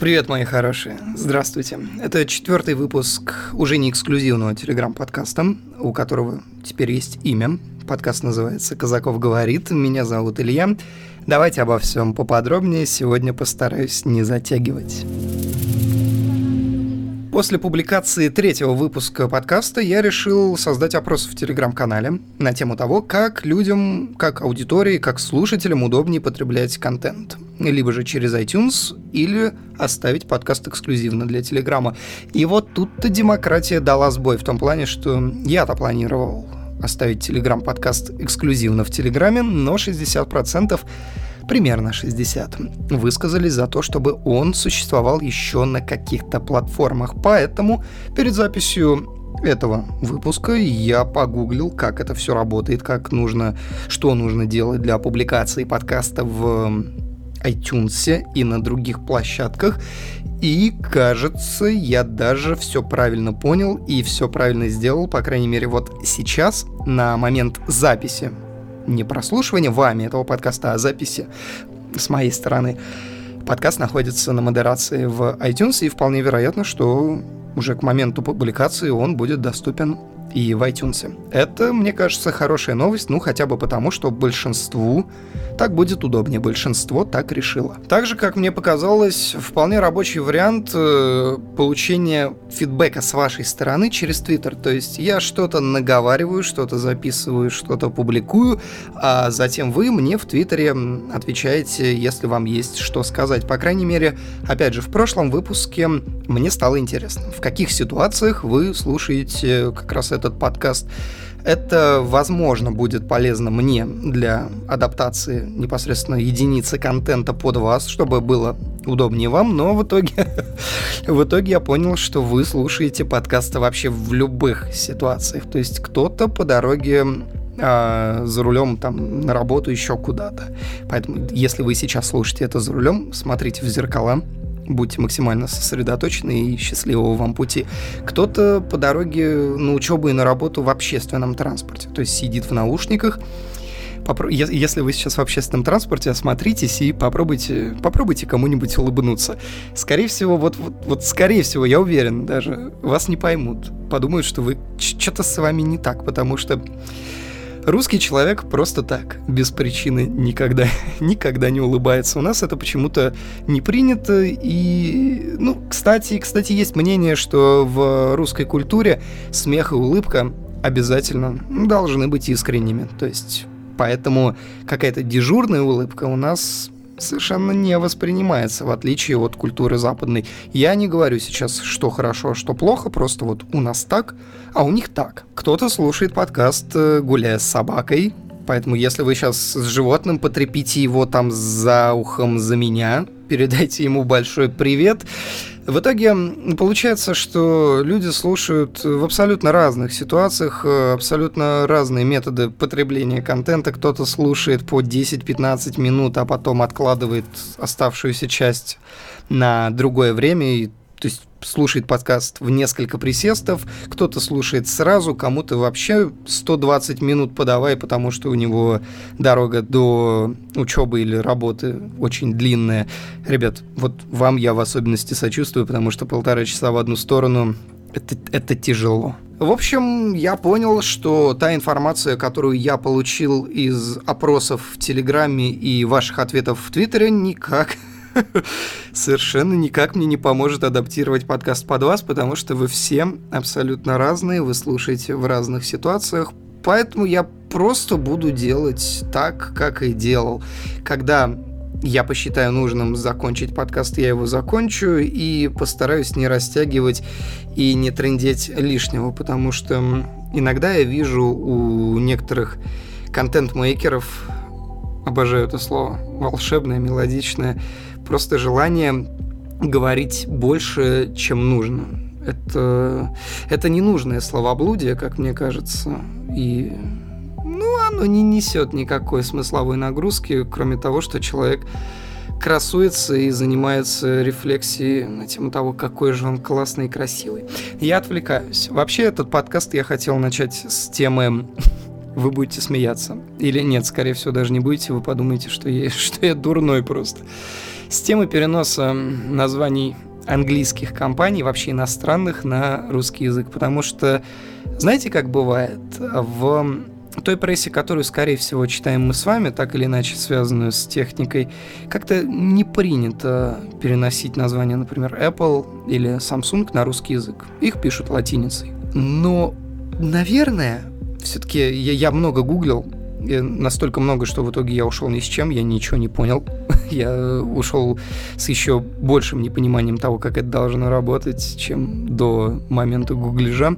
Привет, мои хорошие. Здравствуйте. Это 4-й выпуск уже не эксклюзивного телеграм-подкаста, у которого теперь есть имя. Подкаст называется «Казаков говорит». Меня зовут Илья. Давайте обо всем поподробнее. Сегодня постараюсь не затягивать. После публикации 3-го выпуска подкаста я решил создать опрос в Телеграм-канале на тему того, как людям, как аудитории, как слушателям удобнее потреблять контент. Либо же через iTunes, или оставить подкаст эксклюзивно для Телеграма. И вот тут-то демократия дала сбой в том плане, что я-то планировал оставить Телеграм-подкаст эксклюзивно в Телеграме, но 60%, примерно 60%, высказались за то, чтобы он существовал еще на каких-то платформах. Поэтому перед записью этого выпуска я погуглил, как это все работает, что нужно делать для публикации подкаста в iTunes и на других площадках. И, кажется, я даже все правильно понял и все правильно сделал, по крайней мере, вот сейчас, на момент записи, не прослушивания вами этого подкаста, а записи с моей стороны. Подкаст находится на модерации в iTunes, и вполне вероятно, что уже к моменту публикации он будет доступен и в iTunes. Это, мне кажется, хорошая новость, хотя бы потому, что большинству так будет удобнее, большинство так решило. Также, как мне показалось, вполне рабочий вариант получения фидбэка с вашей стороны через Twitter. То есть я что-то наговариваю, что-то записываю, что-то публикую, а затем вы мне в Твиттере отвечаете, если вам есть что сказать. По крайней мере, опять же, в прошлом выпуске мне стало интересно, в каких ситуациях вы слушаете как раз этот подкаст. Это, возможно, будет полезно мне для адаптации непосредственно единицы контента под вас, чтобы было удобнее вам, но в итоге я понял, что вы слушаете подкасты вообще в любых ситуациях. То есть кто-то по дороге за рулем там на работу, еще куда-то. Поэтому, если вы сейчас слушаете это за рулем, смотрите в зеркала, будьте максимально сосредоточены и счастливого вам пути. Кто-то по дороге на учебу и на работу в общественном транспорте, то есть сидит в наушниках. Если вы сейчас в общественном транспорте, осмотритесь и попробуйте кому-нибудь улыбнуться. Скорее всего, скорее всего, я уверен, даже вас не поймут. Подумают, что что-то с вами не так, потому что русский человек просто так, без причины никогда не улыбается. У нас это почему-то не принято. И, кстати, есть мнение, что в русской культуре смех и улыбка обязательно должны быть искренними. То есть, поэтому какая-то дежурная улыбка у нас совершенно не воспринимается, в отличие от культуры западной. Я не говорю сейчас, что хорошо, а что плохо, просто вот у нас так, а у них так. Кто-то слушает подкаст, гуляя с собакой, поэтому если вы сейчас с животным, потрепите его там за ухом за меня, передайте ему большой привет. В итоге получается, что люди слушают в абсолютно разных ситуациях, абсолютно разные методы потребления контента. Кто-то слушает по 10-15 минут, а потом откладывает оставшуюся часть на другое время, то есть слушает подкаст в несколько присестов, кто-то слушает сразу, кому-то вообще 120 минут подавай, потому что у него дорога до учебы или работы очень длинная. Ребят, вот вам я в особенности сочувствую, потому что 1,5 часа в одну сторону это тяжело. В общем, я понял, что та информация, которую я получил из опросов в Телеграме и ваших ответов в Твиттере, совершенно никак мне не поможет адаптировать подкаст под вас, потому что вы все абсолютно разные, вы слушаете в разных ситуациях, поэтому я просто буду делать так, как и делал. Когда я посчитаю нужным закончить подкаст, я его закончу и постараюсь не растягивать и не трындеть лишнего, потому что иногда я вижу у некоторых контент-мейкеров, обожаю это слово, волшебное, мелодичное, просто желание говорить больше, чем нужно. Это ненужное словоблудие, как мне кажется, и оно не несет никакой смысловой нагрузки, кроме того, что человек красуется и занимается рефлексией на тему того, какой же он классный и красивый. Я отвлекаюсь. Вообще, этот подкаст я хотел начать с темы «Вы будете смеяться». Или нет, скорее всего, даже не будете, вы подумаете, что я дурной просто. с темы переноса названий английских компаний, вообще иностранных, на русский язык. Потому что, знаете, как бывает, в той прессе, которую, скорее всего, читаем мы с вами, так или иначе связанную с техникой, как-то не принято переносить название, например, Apple или Samsung на русский язык. Их пишут латиницей. Но, наверное, все-таки я много гуглил, настолько много, что в итоге я ушел ни с чем, я ничего не понял. Я ушел с еще большим непониманием того, как это должно работать, чем до момента гуглежа.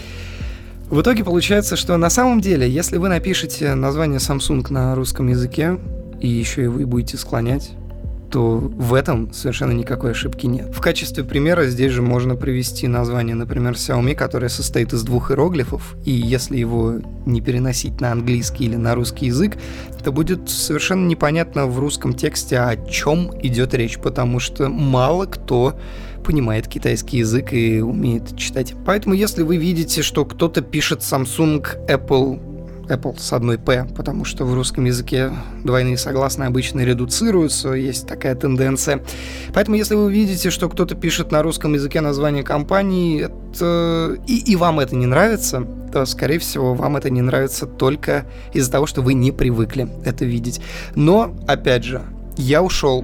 В итоге получается, что на самом деле, если вы напишете название Samsung на русском языке, и еще и вы будете склонять, то в этом совершенно никакой ошибки нет. В качестве примера здесь же можно привести название, например, Xiaomi, которое состоит из 2 иероглифов, и если его не переносить на английский или на русский язык, то будет совершенно непонятно в русском тексте, о чем идет речь, потому что мало кто понимает китайский язык и умеет читать. Поэтому, если вы видите, что кто-то пишет Samsung, Apple с одной «п», потому что в русском языке двойные согласные обычно редуцируются, есть такая тенденция. Поэтому, если вы видите, что кто-то пишет на русском языке название компании, и вам это не нравится, то, скорее всего, вам это не нравится только из-за того, что вы не привыкли это видеть. Но, опять же, я ушел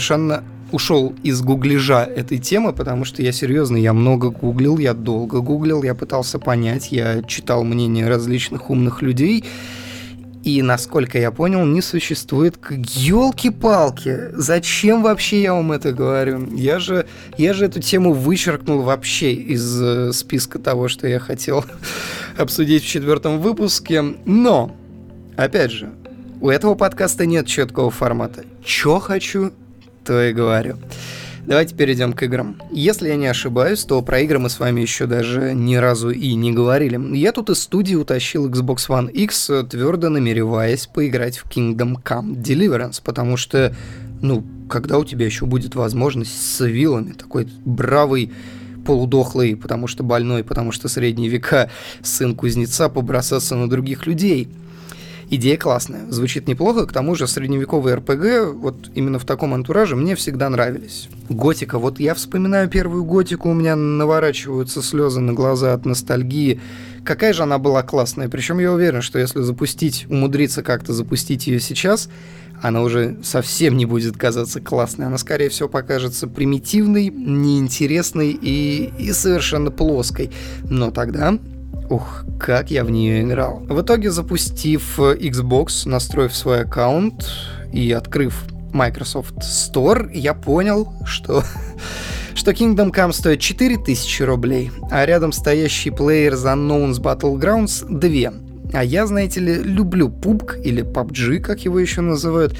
из гуглежа этой темы, потому что я много гуглил, я долго гуглил, я пытался понять, я читал мнения различных умных людей, и, насколько я понял, не существует... Ёлки-палки! Зачем вообще я вам это говорю? Я же эту тему вычеркнул вообще из списка того, что я хотел обсудить в 4 выпуске, но, опять же, у этого подкаста нет четкого формата. Чё хочу, то и говорю. Давайте перейдем к играм. Если я не ошибаюсь, то про игры мы с вами еще даже ни разу и не говорили. Я тут из студии утащил Xbox One X, твердо намереваясь поиграть в Kingdom Come Deliverance, потому что, когда у тебя еще будет возможность с вилами, такой бравый, полудохлый, потому что больной, потому что средние века, сын кузнеца, побросаться на других людей. Идея классная, звучит неплохо, к тому же средневековые РПГ, вот именно в таком антураже, мне всегда нравились. Готика, вот я вспоминаю первую готику, у меня наворачиваются слезы на глаза от ностальгии. Какая же она была классная, причем я уверен, что если умудриться как-то запустить ее сейчас, она уже совсем не будет казаться классной, она, скорее всего, покажется примитивной, неинтересной и совершенно плоской. Но тогда... Ух, как я в нее играл. В итоге, запустив Xbox, настроив свой аккаунт и открыв Microsoft Store, я понял, что Kingdom Come стоит 4000 рублей, а рядом стоящий PlayerUnknown's Battlegrounds 2. А я, знаете ли, люблю PUBG или PUBG, как его еще называют,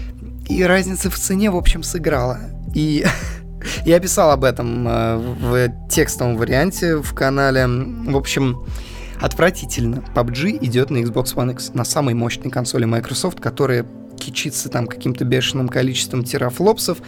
и разница в цене, в общем, сыграла. И... Я писал об этом в текстовом варианте в канале. В общем, отвратительно. PUBG идет на Xbox One X, на самой мощной консоли Microsoft, которая кичится там каким-то бешеным количеством терафлопсов.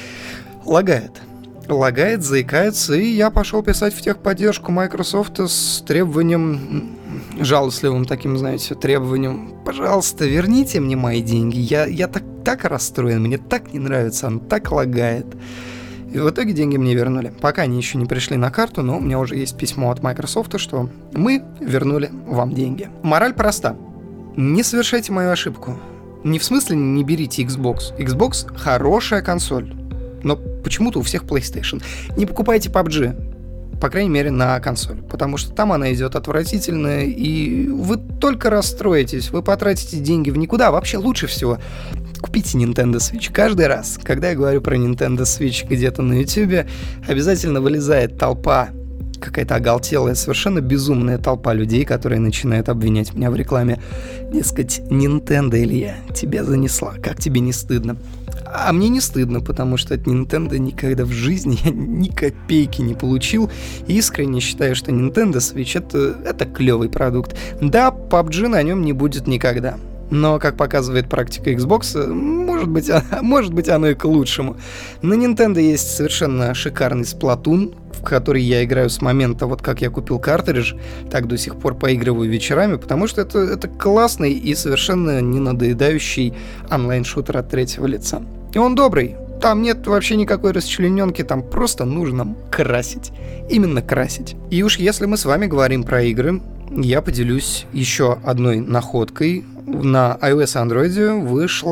Лагает, заикается, и я пошел писать в техподдержку Microsoft с требованием, жалостливым таким, знаете, требованием: пожалуйста, верните мне мои деньги. Я так расстроен, мне так не нравится, он так лагает. И в итоге деньги мне вернули. Пока они еще не пришли на карту, но у меня уже есть письмо от Microsoft, что мы вернули вам деньги. Мораль проста. Не совершайте мою ошибку. Не в смысле не берите Xbox. Xbox хорошая консоль. Но почему-то у всех PlayStation. Не покупайте PUBG. По крайней мере, на консоль. Потому что там она идет отвратительно, и вы только расстроитесь. Вы потратите деньги в никуда. Вообще лучше всего купите Nintendo Switch. Каждый раз, когда я говорю про Nintendo Switch где-то на YouTube, обязательно вылезает толпа, какая-то оголтелая, совершенно безумная толпа людей, которые начинают обвинять меня в рекламе. Дескать, Nintendo, Илья, тебя занесла, как тебе не стыдно? А мне не стыдно, потому что от Nintendo никогда в жизни я ни копейки не получил. И искренне считаю, что Nintendo Switch это клевый продукт. Да, PUBG на нем не будет никогда. Но, как показывает практика Xbox, может быть оно и к лучшему. На Nintendo есть совершенно шикарный Splatoon, в который я играю с момента, вот как я купил картридж, так до сих пор поигрываю вечерами, потому что это классный и совершенно не надоедающий онлайн-шутер от третьего лица. И он добрый. там нет вообще никакой расчлененки, там просто нужно красить. Именно красить. И уж если мы с вами говорим про игры, я поделюсь еще одной находкой. На iOS и Android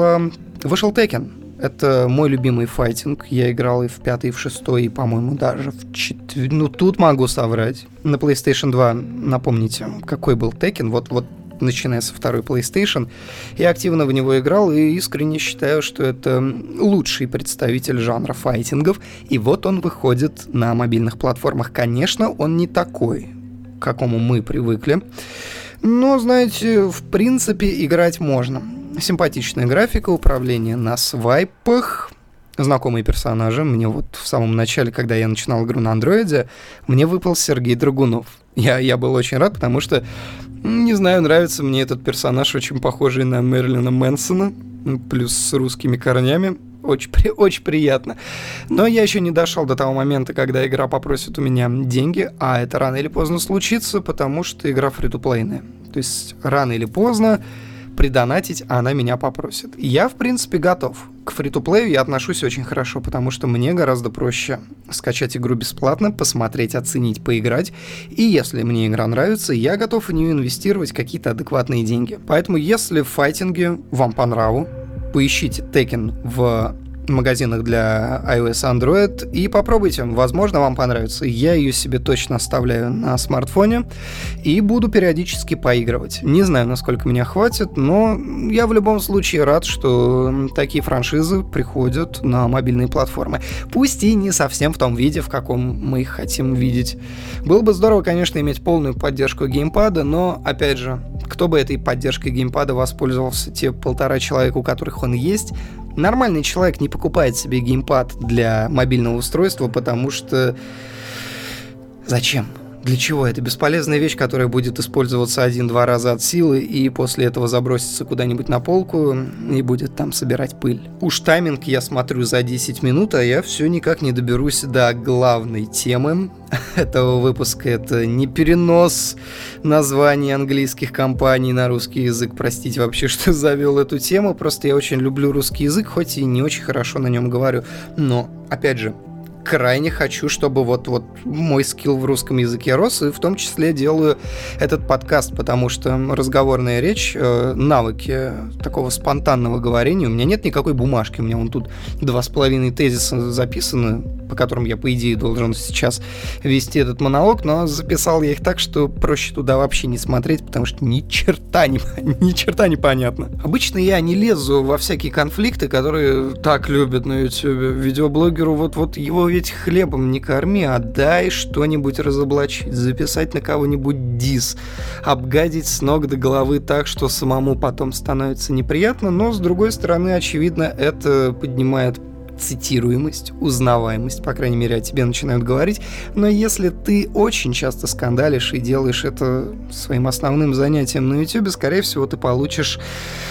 вышел Tekken. Это мой любимый файтинг. Я играл и в 5, и в 6, и, по-моему, даже в 4. Ну, тут могу соврать. На PlayStation 2, напомните, какой был Tekken. Вот начиная со второй PlayStation. Я активно в него играл и искренне считаю, что это лучший представитель жанра файтингов. И вот он выходит на мобильных платформах. Конечно, он не такой, к какому мы привыкли. Но, знаете, в принципе, играть можно. Симпатичная графика, управление на свайпах, знакомые персонажи. Мне вот в самом начале, когда я начинал игру на андроиде, мне выпал Сергей Драгунов. Я был очень рад, потому что, не знаю, нравится мне этот персонаж, очень похожий на Мерлина Мэнсона, плюс с русскими корнями. Очень приятно. Но я еще не дошел до того момента, когда игра попросит у меня деньги, а это рано или поздно случится, потому что игра фри-то-плейная. То есть рано или поздно придонатить она меня попросит. Я, в принципе, готов. К фри-то-плею я отношусь очень хорошо, потому что мне гораздо проще скачать игру бесплатно, посмотреть, оценить, поиграть. И если мне игра нравится, я готов в нее инвестировать какие-то адекватные деньги. Поэтому, если в файтинге вам по нраву, поищите Tekken в магазинах для iOS и Android и попробуйте, возможно, вам понравится. Я ее себе точно оставляю на смартфоне и буду периодически поигрывать. Не знаю, насколько меня хватит, но я в любом случае рад, что такие франшизы приходят на мобильные платформы. Пусть и не совсем в том виде, в каком мы их хотим видеть. Было бы здорово, конечно, иметь полную поддержку геймпада, но, опять же, кто бы этой поддержкой геймпада воспользовался, те 1,5 человека, у которых он есть. Нормальный человек не покупает себе геймпад для мобильного устройства, потому что... Зачем? Для чего? Это бесполезная вещь, которая будет использоваться 1-2 раза от силы, и после этого забросится куда-нибудь на полку и будет там собирать пыль. Уж тайминг я смотрю за 10 минут, а я все никак не доберусь до главной темы этого выпуска. Это не перенос названий английских компаний на русский язык. Простите вообще, что завел эту тему. Просто я очень люблю русский язык, хоть и не очень хорошо на нем говорю. Но, опять же, крайне хочу, чтобы вот мой скилл в русском языке рос, и в том числе делаю этот подкаст, потому что разговорная речь, навыки такого спонтанного говорения, у меня нет никакой бумажки, у меня вон тут 2,5 тезиса записаны, по которым я, по идее, должен сейчас вести этот монолог, но записал я их так, что проще туда вообще не смотреть, потому что ни черта не понятно. Обычно я не лезу во всякие конфликты, которые так любят на YouTube. Видеоблогеру вот его ведь хлебом не корми, а дай что-нибудь разоблачить, записать на кого-нибудь дис, обгадить с ног до головы так, что самому потом становится неприятно, но, с другой стороны, очевидно, это поднимает цитируемость, узнаваемость, по крайней мере, о тебе начинают говорить. Но если ты очень часто скандалишь и делаешь это своим основным занятием на YouTube, скорее всего, ты получишь,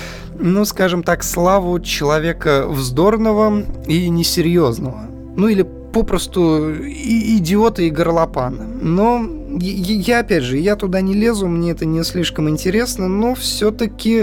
ну, скажем так, славу человека вздорного и несерьезного. Ну, или попросту идиота и горлопана. Но я, опять же, я туда не лезу, мне это не слишком интересно, но все-таки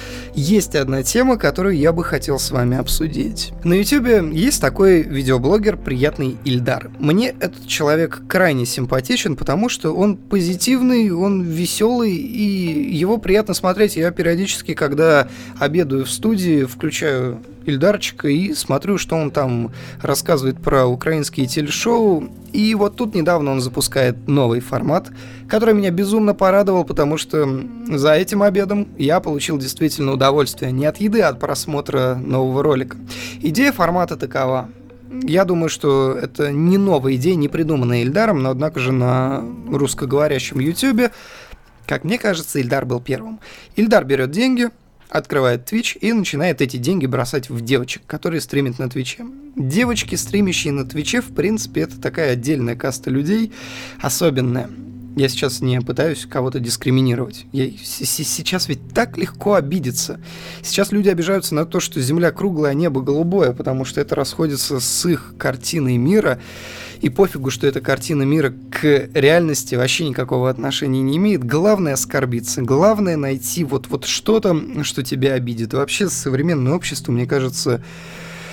есть одна тема, которую я бы хотел с вами обсудить. На YouTube есть такой видеоблогер «Приятный Ильдар». Мне этот человек крайне симпатичен, потому что он позитивный, он веселый, и его приятно смотреть. Я периодически, когда обедаю в студии, включаю Ильдарчика и смотрю, что он там рассказывает про украинские телешоу. И вот тут недавно он запускает новый формат, который меня безумно порадовал, потому что за этим обедом я получил действительно удовольствие не от еды, а от просмотра нового ролика. Идея формата такова. Я думаю, что это не новая идея, не придуманная Ильдаром, но однако же на русскоговорящем YouTube, как мне кажется, Ильдар был первым. Ильдар берет деньги, открывает Twitch и начинает эти деньги бросать в девочек, которые стримят на Твиче. Девочки, стримящие на Твиче, в принципе, это такая отдельная каста людей, особенная. Я сейчас не пытаюсь кого-то дискриминировать. Сейчас ведь так легко обидеться. Сейчас люди обижаются на то, что земля круглая, а небо голубое, потому что это расходится с их картиной мира. И пофигу, что эта картина мира к реальности вообще никакого отношения не имеет. Главное оскорбиться. Главное найти вот что-то, что тебя обидит. Вообще современное общество, мне кажется,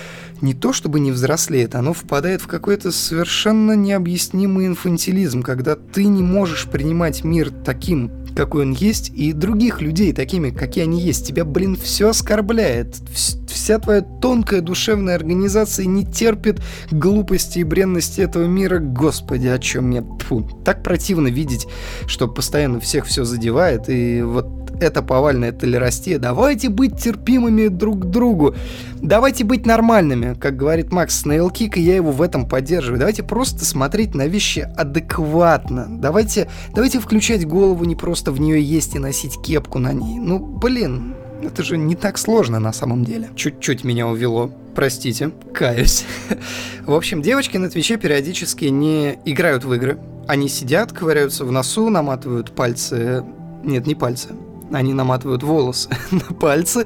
не то чтобы не взрослеет, оно впадает в какой-то совершенно необъяснимый инфантилизм, когда ты не можешь принимать мир таким, какой он есть, и других людей такими, какие они есть. Тебя, все оскорбляет. Вся твоя тонкая душевная организация не терпит глупости и бренности этого мира. Господи, о чем мне... Фу, так противно видеть, что постоянно всех все задевает, и вот это повальное толерастие. Давайте быть терпимыми друг к другу. Давайте быть нормальными, как говорит Макс Снейлкик, и я его в этом поддерживаю. Давайте просто смотреть на вещи адекватно. Давайте включать голову, не просто в нее есть и носить кепку на ней. Это же не так сложно на самом деле. Чуть-чуть меня увело. Простите, каюсь. В общем, девочки на Твиче периодически не играют в игры. Они сидят, ковыряются в носу, наматывают пальцы... Нет, не пальцы. Они наматывают волосы на пальцы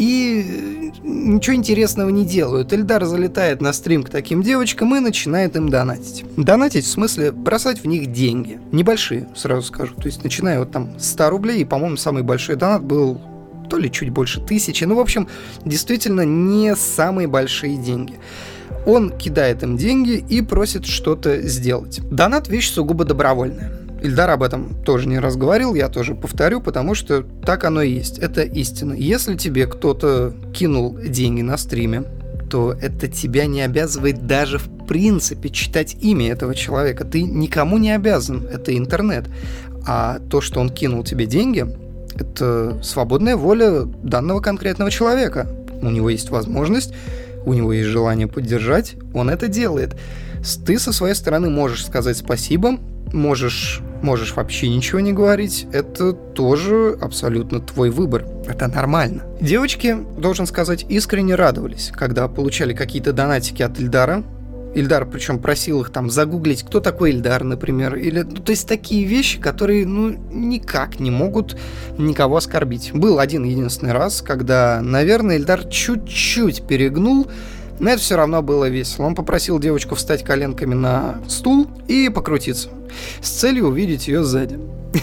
и ничего интересного не делают. Эльдар залетает на стрим к таким девочкам и начинает им донатить. Донатить в смысле бросать в них деньги. Небольшие, сразу скажу. То есть начиная вот там с 100 рублей, и, по-моему, самый большой донат был то ли чуть больше 1000. В общем, действительно не самые большие деньги. Он кидает им деньги и просит что-то сделать. Донат — вещь сугубо добровольная. Ильдар об этом тоже не раз говорил, я тоже повторю, потому что так оно и есть, это истина. Если тебе кто-то кинул деньги на стриме, то это тебя не обязывает даже в принципе читать имя этого человека. Ты никому не обязан, это интернет. А то, что он кинул тебе деньги, это свободная воля данного конкретного человека. У него есть возможность, у него есть желание поддержать, он это делает. Ты со своей стороны можешь сказать спасибо, можешь вообще ничего не говорить, это тоже абсолютно твой выбор. Это нормально. Девочки, должен сказать, искренне радовались, когда получали какие-то донатики от Ильдара. Ильдар, причем, просил их там загуглить, кто такой Ильдар, например. Или, то есть такие вещи, которые, никак не могут никого оскорбить. Был один единственный раз, когда, наверное, Ильдар чуть-чуть перегнул, но это все равно было весело. Он попросил девочку встать коленками на стул и покрутиться, с целью увидеть ее сзади.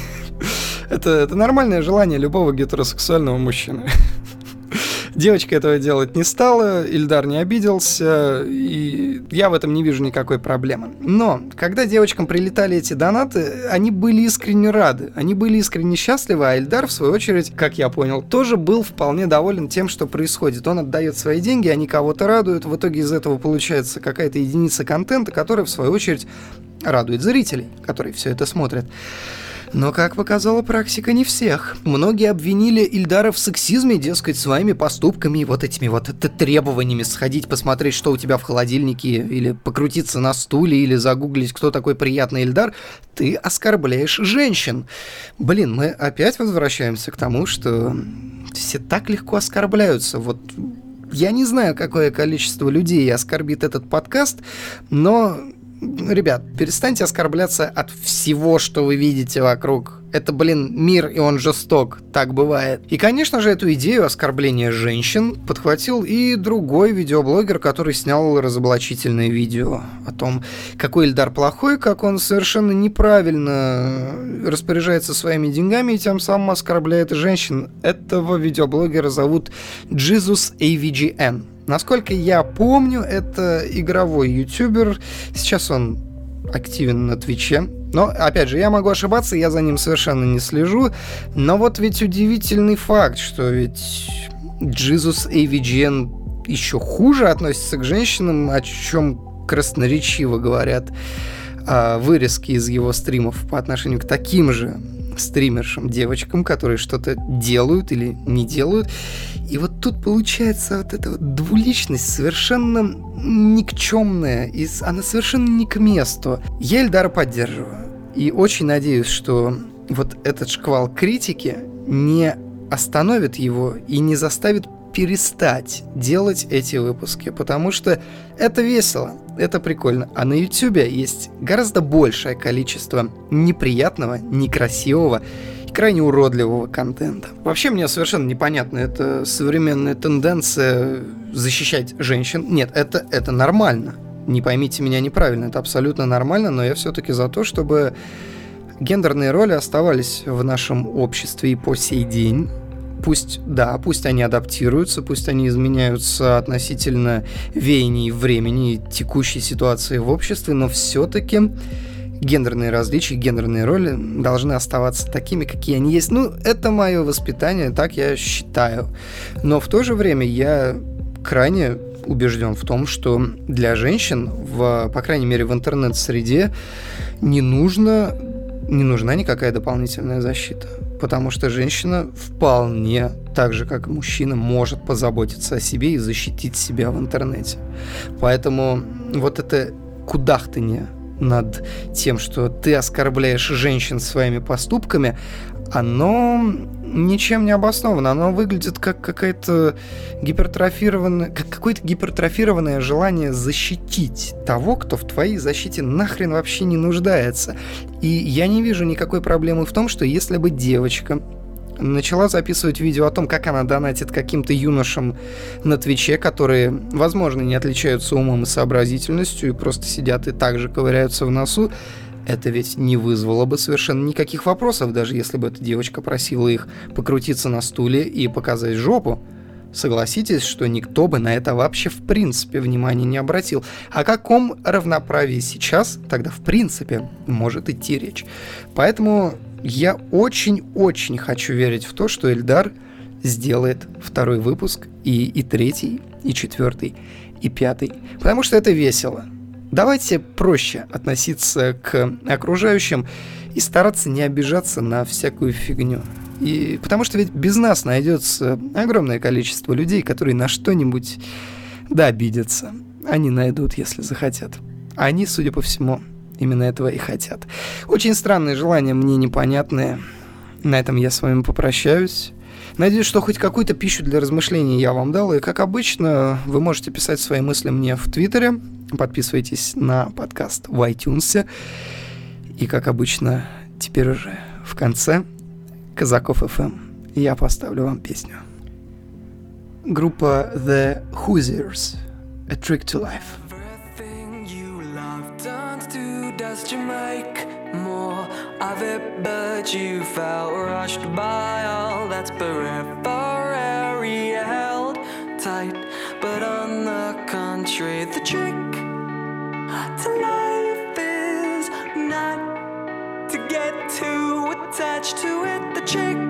Это нормальное желание любого гетеросексуального мужчины. Девочка этого делать не стала, Ильдар не обиделся, и я в этом не вижу никакой проблемы. Но, когда девочкам прилетали эти донаты, они были искренне рады, они были искренне счастливы, а Ильдар, в свою очередь, как я понял, тоже был вполне доволен тем, что происходит. Он отдает свои деньги, они кого-то радуют, в итоге из этого получается какая-то единица контента, которая, в свою очередь, радует зрителей, которые все это смотрят. Но, как показала практика, не всех. Многие обвинили Ильдара в сексизме, дескать, своими поступками и вот этими вот требованиями сходить, посмотреть, что у тебя в холодильнике, или покрутиться на стуле, или загуглить, кто такой приятный Ильдар. Ты оскорбляешь женщин. Мы опять возвращаемся к тому, что все так легко оскорбляются. Вот я не знаю, какое количество людей оскорбит этот подкаст, но... Ребят, перестаньте оскорбляться от всего, что вы видите вокруг. Это, мир, и он жесток. Так бывает. И, конечно же, эту идею оскорбления женщин подхватил и другой видеоблогер, который снял разоблачительное видео о том, какой Ильдар плохой, как он совершенно неправильно распоряжается своими деньгами и тем самым оскорбляет женщин. Этого видеоблогера зовут Jesus AVGN. Насколько я помню, это игровой ютубер. Сейчас он активен на Твиче. Но, опять же, я могу ошибаться, я за ним совершенно не слежу. Но вот ведь удивительный факт, что ведь Jesus AVGN еще хуже относится к женщинам, о чем красноречиво говорят вырезки из его стримов по отношению к таким же стримершам, девочкам, которые что-то делают или не делают. И вот тут получается вот эта вот двуличность совершенно никчемная, и она совершенно не к месту. Я Ильдара поддерживаю. И очень надеюсь, что вот этот шквал критики не остановит его и не заставит перестать делать эти выпуски, потому что это весело, это прикольно. А на Ютубе есть гораздо большее количество неприятного, некрасивого и крайне уродливого контента. Вообще мне совершенно непонятна эта современная тенденция защищать женщин. Нет, это нормально. Не поймите меня неправильно, это абсолютно нормально, но я все-таки за то, чтобы гендерные роли оставались в нашем обществе и по сей день. Пусть они адаптируются, пусть они изменяются относительно веяний времени и текущей ситуации в обществе, но все-таки гендерные различия, гендерные роли должны оставаться такими, какие они есть. Это мое воспитание, так я считаю. Но в то же время я крайне убежден в том, что для женщин, по крайней мере в интернет-среде, не нужна никакая дополнительная защита. Потому что женщина вполне, так же как и мужчина, может позаботиться о себе и защитить себя в интернете. Поэтому вот это кудахтанье над тем, что ты оскорбляешь женщин своими поступками, оно ничем не обосновано. Оно выглядит как какое-то гипертрофированное желание защитить того, кто в твоей защите нахрен вообще не нуждается. И я не вижу никакой проблемы в том, что если бы девочка начала записывать видео о том, как она донатит каким-то юношам на Твиче, которые, возможно, не отличаются умом и сообразительностью и просто сидят и также ковыряются в носу, это ведь не вызвало бы совершенно никаких вопросов, даже если бы эта девочка просила их покрутиться на стуле и показать жопу. Согласитесь, что никто бы на это вообще в принципе внимания не обратил. О каком равноправии сейчас тогда в принципе может идти речь? Поэтому я очень-очень хочу верить в то, что Эльдар сделает второй выпуск, и третий, и четвертый, и пятый. Потому что это весело. Давайте проще относиться к окружающим и стараться не обижаться на всякую фигню. И потому что ведь без нас найдется огромное количество людей, которые на что-нибудь обидятся. Они найдут, если захотят. Они, судя по всему, именно этого и хотят. Очень странные желания, мне непонятные. На этом я с вами попрощаюсь. Надеюсь, что хоть какую-то пищу для размышлений я вам дал. И, как обычно, вы можете писать свои мысли мне в Твиттере. Подписывайтесь на подкаст в iTunes. И, как обычно, теперь уже в конце Казаков FM я поставлю вам песню. Группа The Hoosiers, A Trick to Life. Dust, you make more of it, but you felt rushed by all that's periphery held tight. But on the contrary, the trick to life is not to get too attached to it. The trick